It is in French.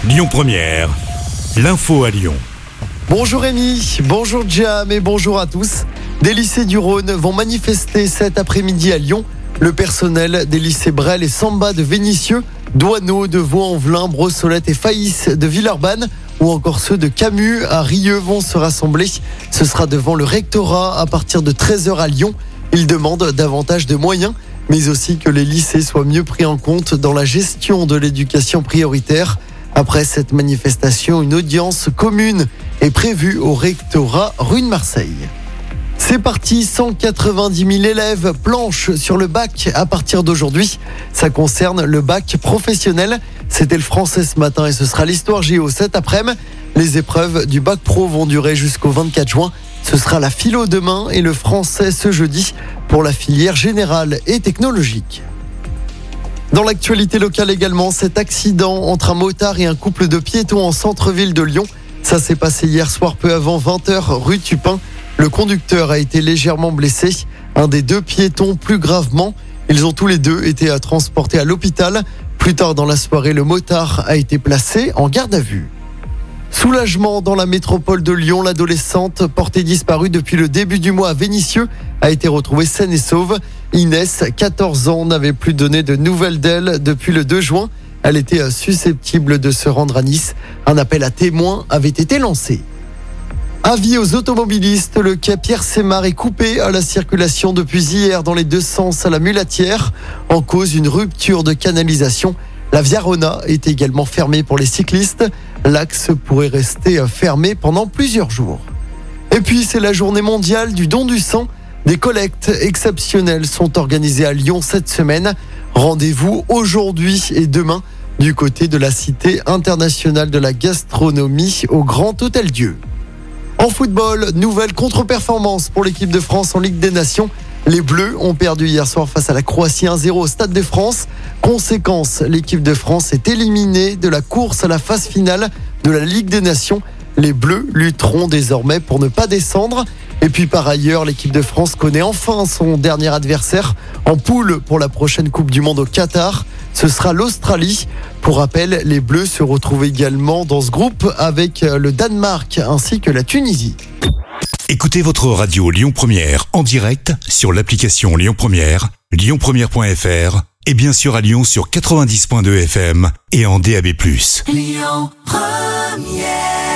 Lyon Première, l'info à Lyon. Bonjour Rémi, bonjour Jam et bonjour à tous. Des lycées du Rhône vont manifester cet après-midi à Lyon. Le personnel des lycées Brel et Samba de Vénissieux, Douaneau de Vaux-en-Velin, Brossolette et Faïs de Villeurbanne ou encore ceux de Camus à Rieux vont se rassembler. Ce sera devant le rectorat à partir de 13h à Lyon. Ils demandent davantage de moyens, mais aussi que les lycées soient mieux pris en compte dans la gestion de l'éducation prioritaire. Après cette manifestation, une audience commune est prévue au rectorat rue de Marseille. C'est parti, 190 000 élèves planchent sur le bac à partir d'aujourd'hui. Ça concerne le bac professionnel. C'était le français ce matin et ce sera l'histoire géo cet après-midi. Les épreuves du bac pro vont durer jusqu'au 24 juin. Ce sera la philo demain et le français ce jeudi pour la filière générale et technologique. Dans l'actualité locale également, cet accident entre un motard et un couple de piétons en centre-ville de Lyon. Ça s'est passé hier soir peu avant 20h rue Tupin. Le conducteur a été légèrement blessé, un des deux piétons plus gravement. Ils ont tous les deux été transportés à l'hôpital. Plus tard dans la soirée, le motard a été placé en garde à vue. Soulagement dans la métropole de Lyon, l'adolescente portée disparue depuis le début du mois à Vénissieux a été retrouvée saine et sauve. Inès, 14 ans, n'avait plus donné de nouvelles d'elle depuis le 2 juin. Elle était susceptible de se rendre à Nice. Un appel à témoins avait été lancé. Avis aux automobilistes, le quai Pierre-Sémar est coupé à la circulation depuis hier dans les deux sens à la Mulatière. En cause, une rupture de canalisation. La Via Rona est également fermée pour les cyclistes. L'axe pourrait rester fermé pendant plusieurs jours. Et puis, c'est la journée mondiale du don du sang. Des collectes exceptionnelles sont organisées à Lyon cette semaine. Rendez-vous aujourd'hui et demain du côté de la Cité internationale de la gastronomie au Grand Hôtel Dieu. En football, nouvelle contre-performance pour l'équipe de France en Ligue des Nations. Les Bleus ont perdu hier soir face à la Croatie 1-0 au Stade de France. Conséquence, l'équipe de France est éliminée de la course à la phase finale de la Ligue des Nations. Les Bleus lutteront désormais pour ne pas descendre. Et puis par ailleurs, l'équipe de France connaît enfin son dernier adversaire en poule pour la prochaine Coupe du Monde au Qatar. Ce sera l'Australie. Pour rappel, les Bleus se retrouvent également dans ce groupe avec le Danemark ainsi que la Tunisie. Écoutez votre radio Lyon Première en direct sur l'application Lyon Première, lyonpremière.fr et bien sûr à Lyon sur 90.2 FM et en DAB+. Lyon Première.